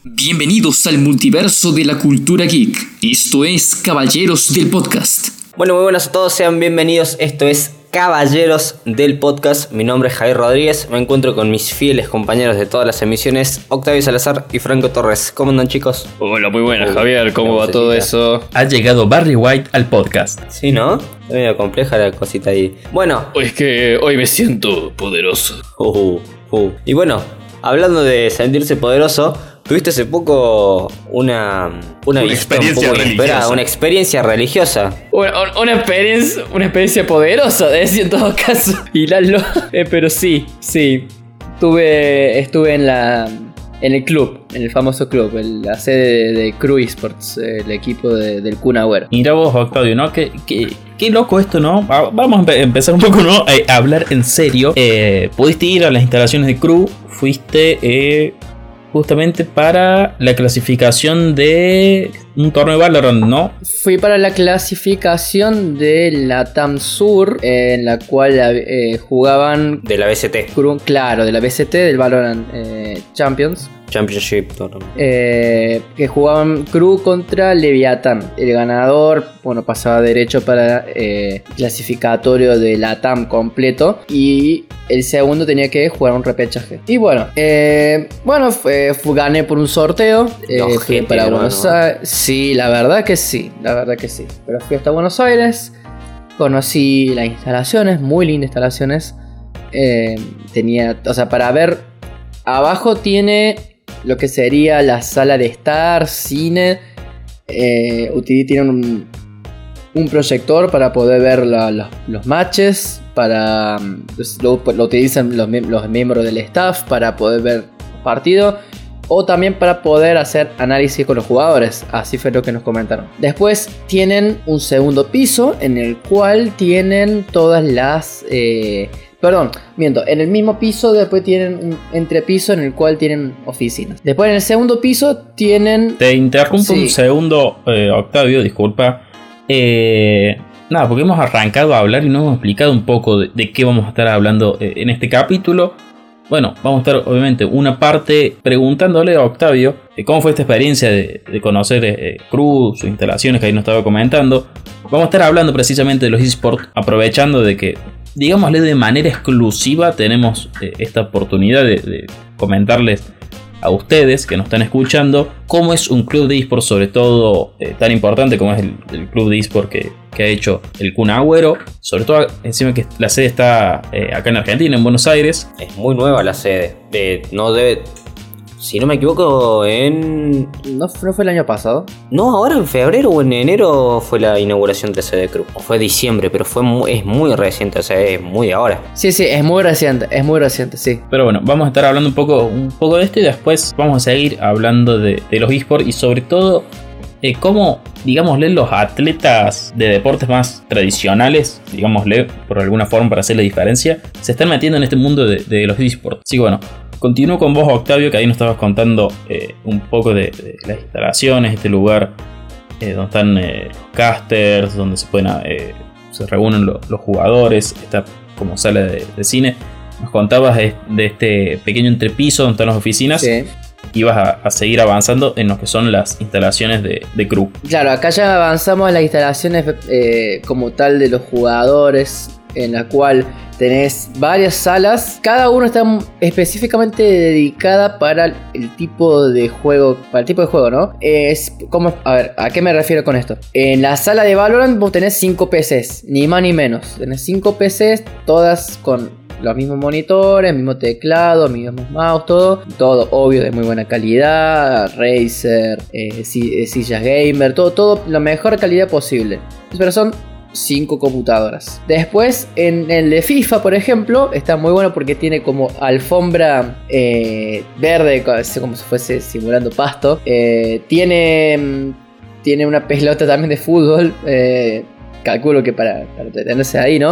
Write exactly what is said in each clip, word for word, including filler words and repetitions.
Bienvenidos al multiverso de la cultura geek. Esto es Caballeros del Podcast. Bueno, muy buenas a todos, sean bienvenidos. Esto es Caballeros del Podcast. Mi nombre es Javier Rodríguez. Me encuentro con mis fieles compañeros de todas las emisiones, Octavio Salazar y Franco Torres. ¿Cómo andan, chicos? Hola, muy buenas, Javier. ¿Cómo va todo eso? Ha llegado Barry White al podcast. Sí, ¿no? Es medio compleja la cosita ahí. Bueno. Es que hoy me siento poderoso. Uh, uh. Y bueno, hablando de sentirse poderoso, tuviste hace poco una, una, una experiencia un poco religiosa. Una experiencia religiosa. Una, una experiencia una experiencia poderosa, de decir en todo caso. Hilarlo. Eh, pero sí, sí. Tuve, estuve en la en el club, en el famoso club, en la sede de, de Crew Esports, el equipo de, del Kun Agüero. Mira vos, Octavio, ¿no? Qué, qué, qué loco esto, ¿no? Vamos a empezar un poco, ¿no? A hablar en serio. Eh, pudiste ir a las instalaciones de Crew, fuiste... Eh, justamente para la clasificación de un torneo de Valorant, ¿no? Fui para la clasificación de la T A M Sur, en la cual eh, jugaban... De la B C T. Claro, de la B C T, del Valorant eh, Champions. Championship. Eh, que jugaban Crew contra Leviatán. El ganador, bueno, pasaba derecho para eh, clasificatorio de la T A M completo. Y el segundo tenía que jugar un repechaje. Y bueno, eh, bueno, fue, fue, gané por un sorteo. Eh, no, fui gente, para no, Buenos no. Aires. Sí, la verdad que sí, la verdad que sí. Pero fui hasta Buenos Aires. Conocí las instalaciones, muy lindas instalaciones. Eh, tenía, o sea, para ver, abajo tiene lo que sería la sala de estar, cine. Eh, tienen un, un proyector para poder ver la, la, los matches. Para, lo, lo utilizan los, los miembros del staff para poder ver los partidos. O también para poder hacer análisis con los jugadores. Así fue lo que nos comentaron. Después tienen un segundo piso en el cual tienen todas las... Eh, Perdón, miento, en el mismo piso después tienen un entrepiso en el cual tienen oficinas. Después en el segundo piso tienen... Te interrumpo sí. un segundo, eh, Octavio, disculpa. Eh, nada, porque hemos arrancado a hablar y no hemos explicado un poco de, de qué vamos a estar hablando eh, en este capítulo. Bueno, vamos a estar obviamente una parte preguntándole a Octavio eh, cómo fue esta experiencia de, de conocer eh, Crew, sus instalaciones que ahí nos estaba comentando. Vamos a estar hablando precisamente de los eSports, aprovechando de que, digámosle, de manera exclusiva tenemos eh, esta oportunidad de, de comentarles a ustedes que nos están escuchando cómo es un club de eSports, sobre todo eh, tan importante como es el, el club de eSports que, que ha hecho el Kun Agüero, sobre todo encima que la sede está eh, acá en Argentina, en Buenos Aires. Es muy nueva la sede. Eh, no debe... Si no me equivoco, en... ¿No, ¿No fue el año pasado? No, ahora en febrero o en enero fue la inauguración de la sede de Crew. O fue diciembre, pero fue muy, es muy reciente, o sea, es muy de ahora. Sí, sí, es muy reciente, es muy reciente, sí. Pero bueno, vamos a estar hablando un poco, un poco de esto y después vamos a seguir hablando de, de los eSports y sobre todo eh, cómo, digámosle, los atletas de deportes más tradicionales, digámosle, por alguna forma para hacer la diferencia, se están metiendo en este mundo de, de los eSports. Así que bueno, continúo con vos, Octavio, que ahí nos estabas contando eh, un poco de, de las instalaciones, este lugar eh, donde están eh, casters, donde se pueden eh, se reúnen lo, los jugadores, esta como sala de, de cine. Nos contabas de, de este pequeño entrepiso donde están las oficinas. Sí. Ibas a, a seguir avanzando en lo que son las instalaciones de, de Crew. Claro, acá ya avanzamos en las instalaciones eh, como tal de los jugadores, en la cual tenés varias salas, cada una está específicamente dedicada para el tipo de juego, para el tipo de juego, ¿no? Es como, a ver, ¿a qué me refiero con esto? En la sala de Valorant vos tenés cinco P Cs, ni más ni menos. Tenés cinco P Cs, todas con los mismos monitores, mismo teclado, mismos mouse, todo, todo obvio de muy buena calidad, Razer, eh, sillas gamer, todo, todo la mejor calidad posible. Pero son cinco computadoras. Después en el de FIFA, por ejemplo, está muy bueno porque tiene como alfombra eh, verde, como si fuese simulando pasto. Eh, tiene, tiene una pelota también de fútbol. Eh, calculo que para, para detenerse ahí, ¿no?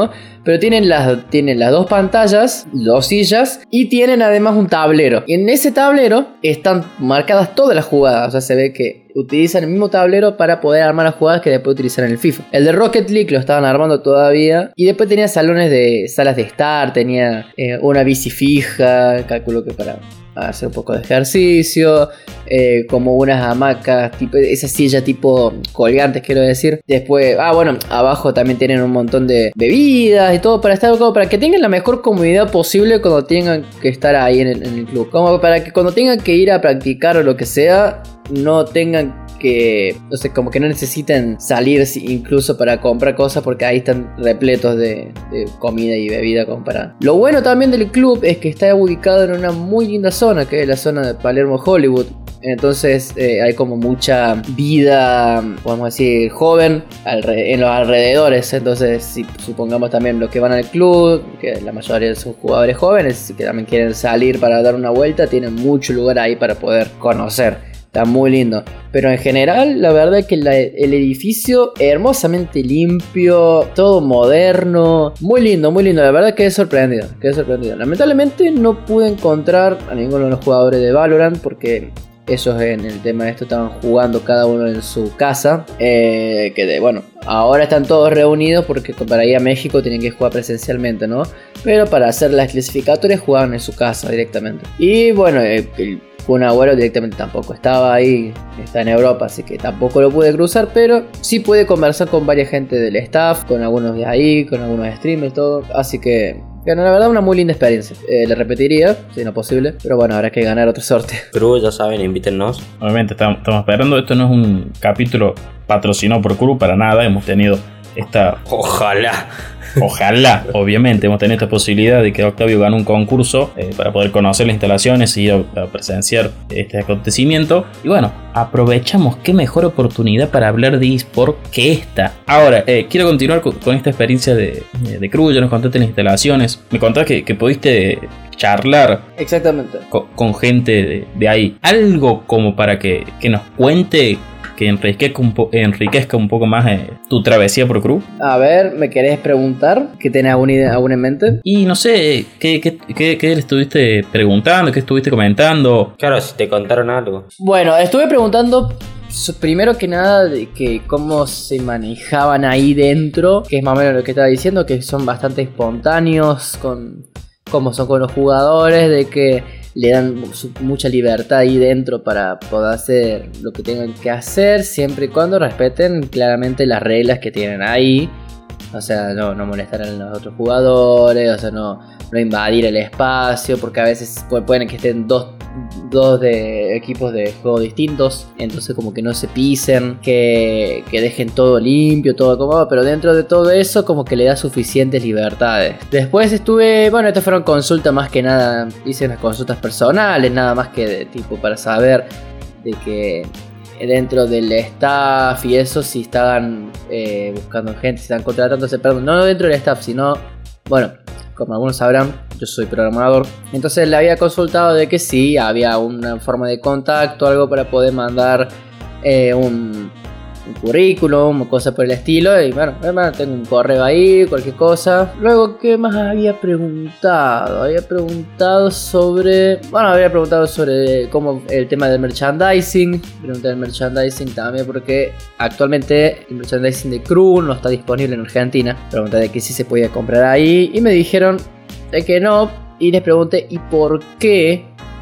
pero tienen las, tienen las dos pantallas, dos sillas y tienen además un tablero. Y en ese tablero están marcadas todas las jugadas, o sea, se ve que utilizan el mismo tablero para poder armar las jugadas que después utilizar en el FIFA. El de Rocket League lo estaban armando todavía. Y después tenía salones de salas de estar, tenía eh, una bici fija, calculo que para hacer un poco de ejercicio, eh, como unas hamacas, tipo, esa silla tipo colgantes, quiero decir. Después, ah bueno, abajo también tienen un montón de bebidas y todo para estar, como para que tengan la mejor comodidad posible cuando tengan que estar ahí en el, en el club. Como para que cuando tengan que ir a practicar o lo que sea, no tengan que, no sé, como que no necesiten salir incluso para comprar cosas, porque ahí están repletos de, de comida y bebida como para... Lo bueno también del club es que está ubicado en una muy linda zona, que es la zona de Palermo Hollywood. Entonces eh, hay como mucha vida, podemos decir, joven en los alrededores. Entonces, si supongamos también los que van al club, que la mayoría son jugadores jóvenes que también quieren salir para dar una vuelta, tienen mucho lugar ahí para poder conocer. Está muy lindo. Pero en general, la verdad es que la, el edificio hermosamente limpio, todo moderno, muy lindo, muy lindo. La verdad quedé sorprendido, quedé sorprendido. Lamentablemente no pude encontrar a ninguno de los jugadores de Valorant, porque ellos en el tema de esto estaban jugando cada uno en su casa. Eh, que de, bueno, ahora están todos reunidos porque para ir a México tienen que jugar presencialmente, ¿no? Pero para hacer las clasificatorias jugaban en su casa directamente. Y bueno, el, el Kun Agüero directamente tampoco estaba ahí, está en Europa, así que tampoco lo pude cruzar, pero sí pude conversar con varias gente del staff, con algunos de ahí, con algunos streamers, todo, así que... Bueno, la verdad una muy linda experiencia. Eh, le repetiría, si no posible, pero bueno, habrá que ganar otro sorteo. Crew, ya saben, invítennos. Obviamente estamos, estamos esperando, esto no es un capítulo patrocinado por Crew para nada, hemos tenido esta... Ojalá. Ojalá, obviamente, hemos tenido esta posibilidad de que Octavio gane un concurso eh, para poder conocer las instalaciones y ir a, a presenciar este acontecimiento. Y bueno, aprovechamos qué mejor oportunidad para hablar de eSport que esta. Ahora, eh, quiero continuar con, con esta experiencia de, de, de Crew. Ya nos contaste las instalaciones. Me contaste que, que pudiste charlar exactamente con, con gente de, de ahí. Algo como para que, que nos cuente, que enriquezca un, po- enriquezca un poco más eh, tu travesía por Crew. A ver, ¿me querés preguntar? ¿Qué tenés alguna idea, alguna en mente? Y no sé, ¿qué, qué, qué, qué le estuviste preguntando? ¿Qué estuviste comentando? Claro, si te contaron algo. Bueno, estuve preguntando primero que nada de que cómo se manejaban ahí dentro, que es más o menos lo que estaba diciendo, que son bastante espontáneos con cómo son con los jugadores, de que le dan su, mucha libertad ahí dentro para poder hacer lo que tengan que hacer, siempre y cuando respeten claramente las reglas que tienen ahí. O sea, no, no molestar a los otros jugadores, o sea, no, no invadir el espacio, porque a veces pueden que estén dos, dos de equipos de juego distintos, entonces como que no se pisen, que, que dejen todo limpio, todo acomodado, pero dentro de todo eso como que le da suficientes libertades. Después estuve, bueno, estas fueron consultas más que nada, hice unas consultas personales, nada más que de tipo para saber de que dentro del staff y eso, si estaban eh, buscando gente, si estaban contratándose, perdón, no dentro del staff, sino, bueno, como algunos sabrán, yo soy programador, entonces le había consultado de que sí, había una forma de contacto, algo para poder mandar eh, un, un currículum o cosas por el estilo, y bueno, hermano, tengo un correo ahí, cualquier cosa. Luego, ¿qué más había preguntado? Había preguntado sobre, bueno, había preguntado sobre cómo el tema del merchandising, pregunté del merchandising también porque actualmente el merchandising de Crew no está disponible en Argentina. Pregunté de que sí se podía comprar ahí y me dijeron de que no, y les pregunté ¿y por qué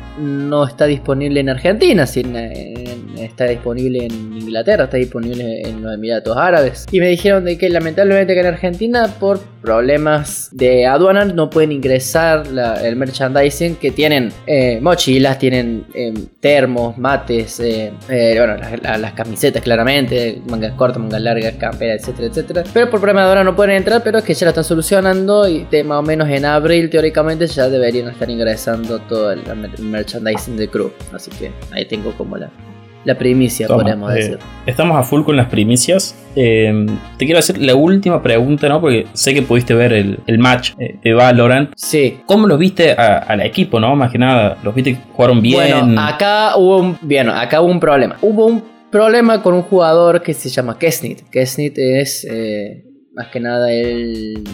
no está disponible en Argentina? Si en, en, está disponible en Inglaterra, está disponible en los Emiratos Árabes. Y me dijeron de que lamentablemente que en Argentina por problemas de aduana no pueden ingresar la, el merchandising, que tienen eh, mochilas, tienen eh, termos, mates, eh, eh, bueno, las, las camisetas claramente, mangas cortas, mangas largas, camperas, etcétera, etcétera. Pero por problemas de aduana no pueden entrar, pero es que ya lo están solucionando y de, más o menos en abril teóricamente ya deberían estar ingresando todo el, el merchandising de Crew. Así que ahí tengo como la... La primicia, Toma, podríamos eh, decir. Estamos a full con las primicias. Eh, te quiero hacer la última pregunta, ¿no? Porque sé que pudiste ver el, el match eh, de Valorant. Sí. ¿Cómo los viste a, al equipo, no? Más que nada, ¿los viste que jugaron bien? Bueno, acá hubo un, bien, acá hubo un problema. Hubo un problema con un jugador que se llama Kesnit. Kesnit es, eh, más que nada, el...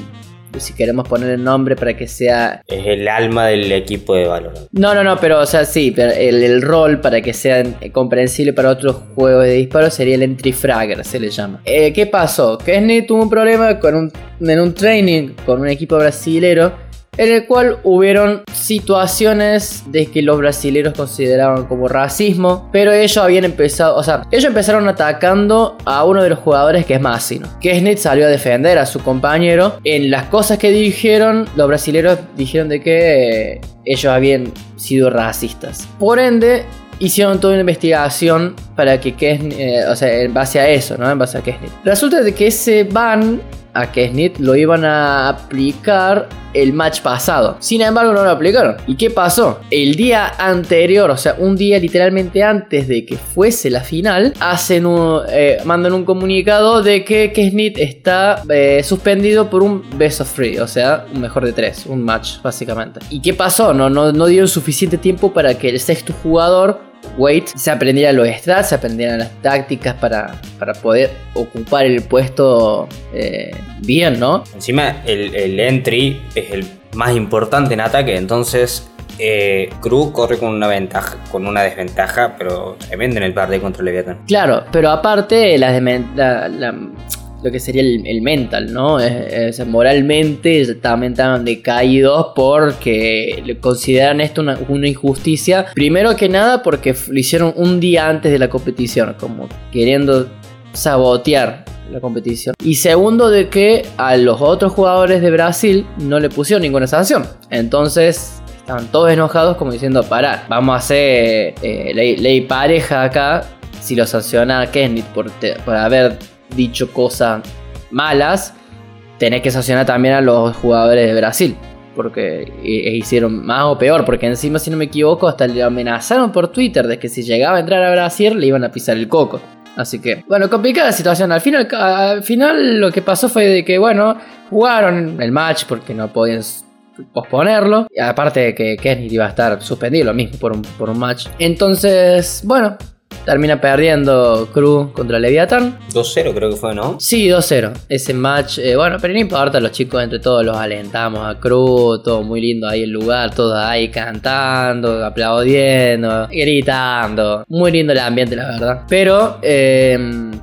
si queremos poner el nombre para que sea... Es el alma del equipo de Valorant. No, no, no, pero o sea, sí, pero el, el rol para que sea comprensible para otros juegos de disparos sería el entry fragger, se le llama. Eh, ¿Qué pasó? Kesnit tuvo un problema con un, en un training con un equipo brasilero, en el cual hubieron situaciones de que los brasileños consideraban como racismo, pero ellos habían empezado, o sea, ellos empezaron atacando a uno de los jugadores que es Massino. Kesnit salió a defender a su compañero. En las cosas que dijeron, los brasileños dijeron de que eh, ellos habían sido racistas. Por ende, hicieron toda una investigación para que Kesnit, eh, o sea, en base a eso, ¿no? En base a Kesnit. Resulta de que ese ban a Kesnit lo iban a aplicar el match pasado. Sin embargo, no lo aplicaron. ¿Y qué pasó? El día anterior, o sea, un día literalmente antes de que fuese la final, hacen un, eh, mandan un comunicado de que Kesnit está eh, suspendido por un best of three, o sea, un mejor de tres, un match básicamente. ¿Y qué pasó? No, no, no dieron suficiente tiempo para que el sexto jugador, Wait, se aprendiera los stats, se aprendieran las tácticas para, para poder ocupar el puesto eh, bien, ¿no? Encima el, el entry es el más importante en ataque, entonces eh, Crew corre con una ventaja, con una desventaja, pero tremenda en el partido contra Leviathan. Claro, pero aparte la, la, la, lo que sería el, el mental, ¿no? Es, es, moralmente también estaban decaídos porque le consideran esto una, una injusticia. Primero que nada porque lo hicieron un día antes de la competición, como queriendo sabotear la competición. Y segundo de que a los otros jugadores de Brasil no le pusieron ninguna sanción. Entonces estaban todos enojados como diciendo, pará, vamos a hacer eh, ley, ley pareja acá. Si lo sanciona a Kesnit por, te, por haber dicho cosas malas, tenés que sancionar también a los jugadores de Brasil, porque e, hicieron más o peor, porque encima, si no me equivoco, hasta le amenazaron por Twitter de que si llegaba a entrar a Brasil le iban a pisar el coco. Así que, bueno, complicada situación. Al final, al final lo que pasó fue de que, bueno, jugaron el match porque no podían posponerlo, y aparte de que Kesnit iba a estar suspendido lo mismo por un, por un match. Entonces, bueno, termina perdiendo Crew contra Leviathan. dos cero creo que fue, ¿no? Sí, dos cero. Ese match, eh, bueno, pero no importa, los chicos entre todos los alentamos a Crew, todo muy lindo ahí el lugar, todos ahí cantando, aplaudiendo, gritando. Muy lindo el ambiente, la verdad. Pero, eh,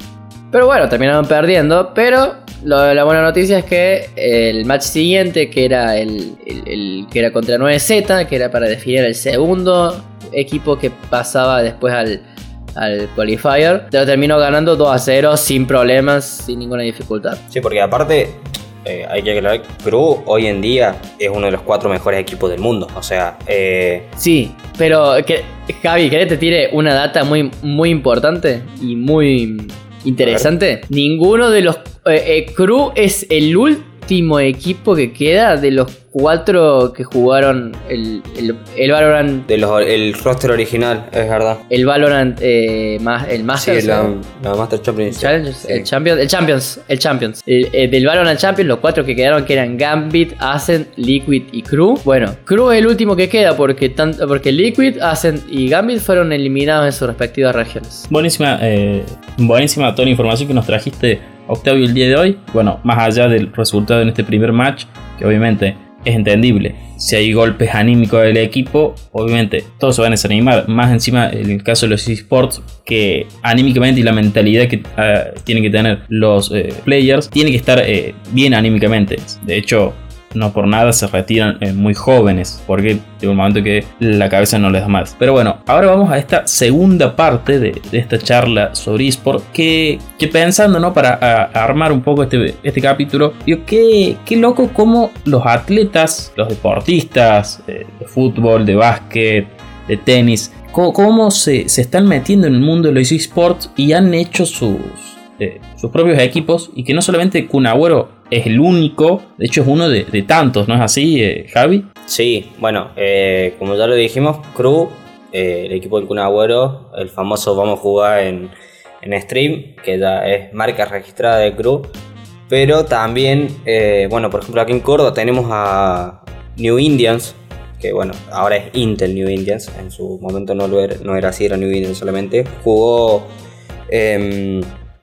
pero bueno, terminaron perdiendo, pero lo, la buena noticia es que el match siguiente, que era el, el, el que era contra nueve Z, que era para definir el segundo equipo que pasaba después al al qualifier, te lo terminó ganando dos a cero sin problemas, sin ninguna dificultad. Sí, porque aparte eh, hay que aclarar que Crew hoy en día es uno de los cuatro mejores equipos del mundo, o sea eh... sí, pero que, Javi, ¿querés que te tire una data muy, muy importante y muy interesante? Ninguno de los eh, eh, Crew es el último equipo que queda de los cuatro que jugaron el, el, el Valorant. De los, el roster original, es verdad. El Valorant, eh, más, el Masters. Sí, la, la Master Champions. Challengers, sí. el Champions. El Champions. El Champions. El, el del Valorant Champions, los cuatro que quedaron, que eran Gambit, Ascent, Liquid y Crew. Bueno, Crew es el último que queda porque, tanto, porque Liquid, Ascent y Gambit fueron eliminados en sus respectivas regiones. Buenísima, eh, buenísima toda la información que nos trajiste, Octavio, el día de hoy. Bueno, más allá del resultado en este primer match, que obviamente es entendible, si hay golpes anímicos del equipo, obviamente todos se van a desanimar. Más encima en el caso de los eSports, que anímicamente y la mentalidad que uh, tienen que tener los eh, players, tiene que estar eh, bien anímicamente. De hecho, no por nada se retiran eh, muy jóvenes, porque llega un momento que la cabeza no les da más. Pero bueno, ahora vamos a esta segunda parte de, de esta charla sobre eSport, que, que pensando, ¿no? Para a, a armar un poco este, este capítulo, digo, qué, qué loco cómo los atletas, los deportistas eh, de fútbol, de básquet, de tenis, cómo, cómo se, se están metiendo en el mundo de los eSports y han hecho sus... Eh, sus propios equipos, y que no solamente Kun Agüero es el único, de hecho es uno de, de tantos, ¿no es así, eh, Javi? Sí, bueno, eh, como ya lo dijimos, Crew, eh, el equipo del Kun Agüero, el famoso vamos a jugar en, en stream, que ya es marca registrada de Crew, pero también, eh, bueno, por ejemplo aquí en Córdoba tenemos a New Indians, que bueno, ahora es Intel New Indians, en su momento no, lo era, no era así, era New Indians solamente, jugó... Eh,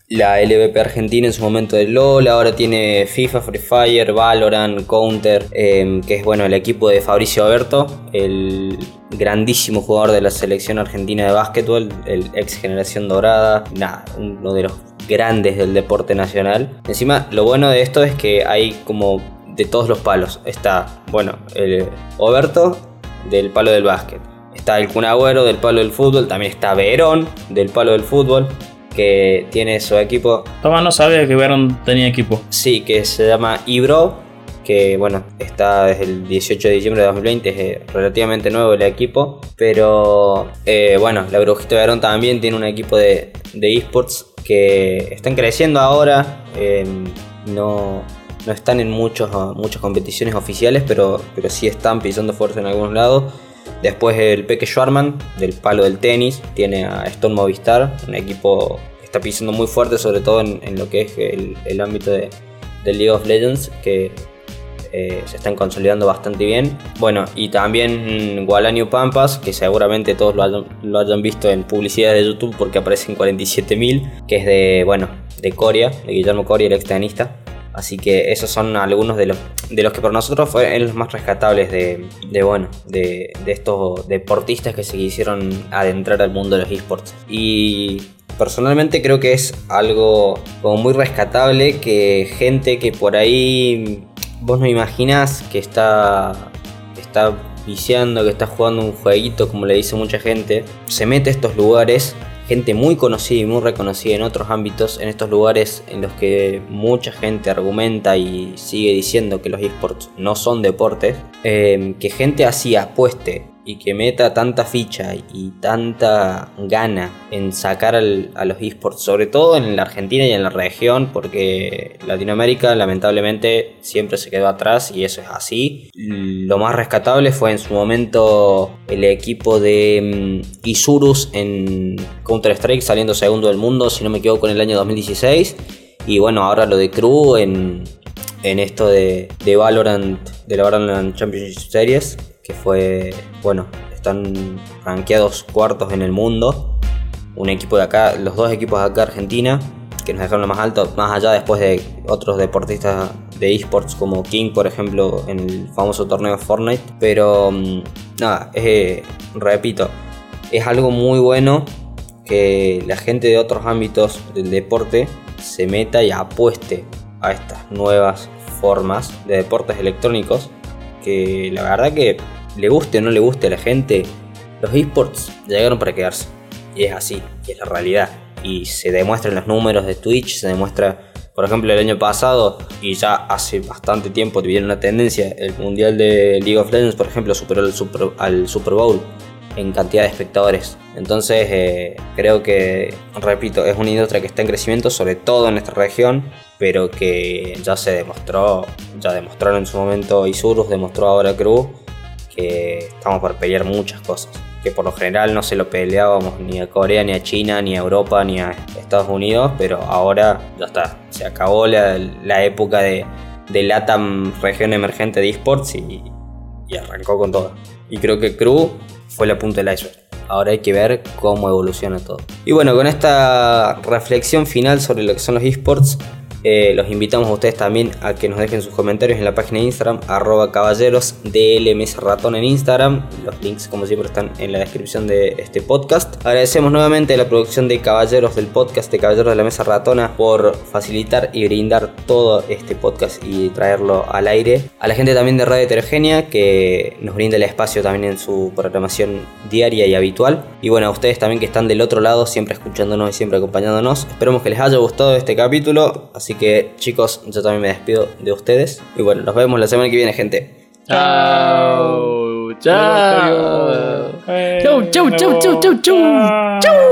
la L V P Argentina en su momento de LOL, ahora tiene FIFA, Free Fire, Valorant, Counter, eh, que es bueno el equipo de Fabricio Oberto, el grandísimo jugador de la selección argentina de básquetbol, el ex generación dorada, nada, uno de los grandes del deporte nacional. Encima, lo bueno de esto es que hay como de todos los palos. Está, bueno, el Oberto del palo del básquet, está el Kun Agüero del palo del fútbol, también está Verón del palo del fútbol, que tiene su equipo. Toma, no sabía que Verón tenía equipo. Sí, que se llama Ibro, que bueno, está desde el dieciocho de diciembre de dos mil veinte, es eh, relativamente nuevo el equipo, pero eh, bueno, la Brujita Verón también tiene un equipo de, de esports que están creciendo ahora, eh, no, no están en muchos, muchas competiciones oficiales, pero, pero sí están pisando fuerza en algunos lados. Después el Peque Schwarman, del palo del tenis, tiene a Stone Movistar, un equipo que está pisando muy fuerte, sobre todo en, en lo que es el, el ámbito de, de League of Legends, que eh, se están consolidando bastante bien. Bueno, y también Gualanio Pampas, que seguramente todos lo hayan, lo hayan visto en publicidad de YouTube porque aparece en cuarenta y siete mil, que es de, bueno, de Coria, de Guillermo Coria, el ex tenista. Así que esos son algunos de los, de los que por nosotros fueron los más rescatables de, de, bueno, de, de estos deportistas que se quisieron adentrar al mundo de los esports. Y personalmente creo que es algo como muy rescatable que gente que por ahí vos no imaginás que está, que está viciando, que está jugando un jueguito, como le dice mucha gente, se mete a estos lugares. Gente muy conocida y muy reconocida en otros ámbitos, en estos lugares en los que mucha gente argumenta y sigue diciendo que los esports no son deportes, eh, que gente así apueste y que meta tanta ficha y tanta gana en sacar al, a los esports, sobre todo en la Argentina y en la región, porque Latinoamérica lamentablemente siempre se quedó atrás y eso es así. Lo más rescatable fue en su momento el equipo de um, Isurus en Counter-Strike saliendo segundo del mundo, si no me equivoco, en el año dos mil dieciséis. Y bueno, ahora lo de Crew en, en esto de, de Valorant, de la Valorant Championship Series, que fue, bueno, están rankeados cuartos en el mundo. Un equipo de acá, los dos equipos de acá de Argentina, que nos dejaron lo más alto, más allá después de otros deportistas de esports como King, por ejemplo, en el famoso torneo de Fortnite. Pero nada, eh, repito, es algo muy bueno que la gente de otros ámbitos del deporte se meta y apueste a estas nuevas formas de deportes electrónicos, que la verdad que le guste o no le guste a la gente, los esports llegaron para quedarse. Y es así, y es la realidad. Y se demuestra en los números de Twitch, se demuestra, por ejemplo, el año pasado, y ya hace bastante tiempo tuvieron una tendencia, el mundial de League of Legends, por ejemplo, superó al Super, al Super Bowl en cantidad de espectadores. Entonces eh, creo que, repito, es una industria que está en crecimiento, sobre todo en nuestra región, pero que ya se demostró, ya demostraron en su momento Isurus, demostró ahora Crew, que estamos por pelear muchas cosas, que por lo general no se lo peleábamos ni a Corea, ni a China, ni a Europa, ni a Estados Unidos, pero ahora ya está, se acabó la, la época de, de LATAM, región emergente de esports, y, y arrancó con todo. Y creo que Crew fue la punta del iceberg. Ahora hay que ver cómo evoluciona todo. Y bueno, con esta reflexión final sobre lo que son los esports, Eh, los invitamos a ustedes también a que nos dejen sus comentarios en la página de Instagram, arroba caballeros D L M S ratón en Instagram. Los links, como siempre, están en la descripción de este podcast. Agradecemos nuevamente a la producción de Caballeros del podcast, de Caballeros de la Mesa Ratona, por facilitar y brindar todo este podcast y traerlo al aire. A la gente también de Radio Heterogénea, que nos brinda el espacio también en su programación diaria y habitual. Y bueno, a ustedes también que están del otro lado, siempre escuchándonos y siempre acompañándonos. Esperemos que les haya gustado este capítulo. Así que, chicos, yo también me despido de ustedes. Y bueno, nos vemos la semana que viene, gente. Chao. Chao. Chau, chau, chau, chau, chau, chau. Chau.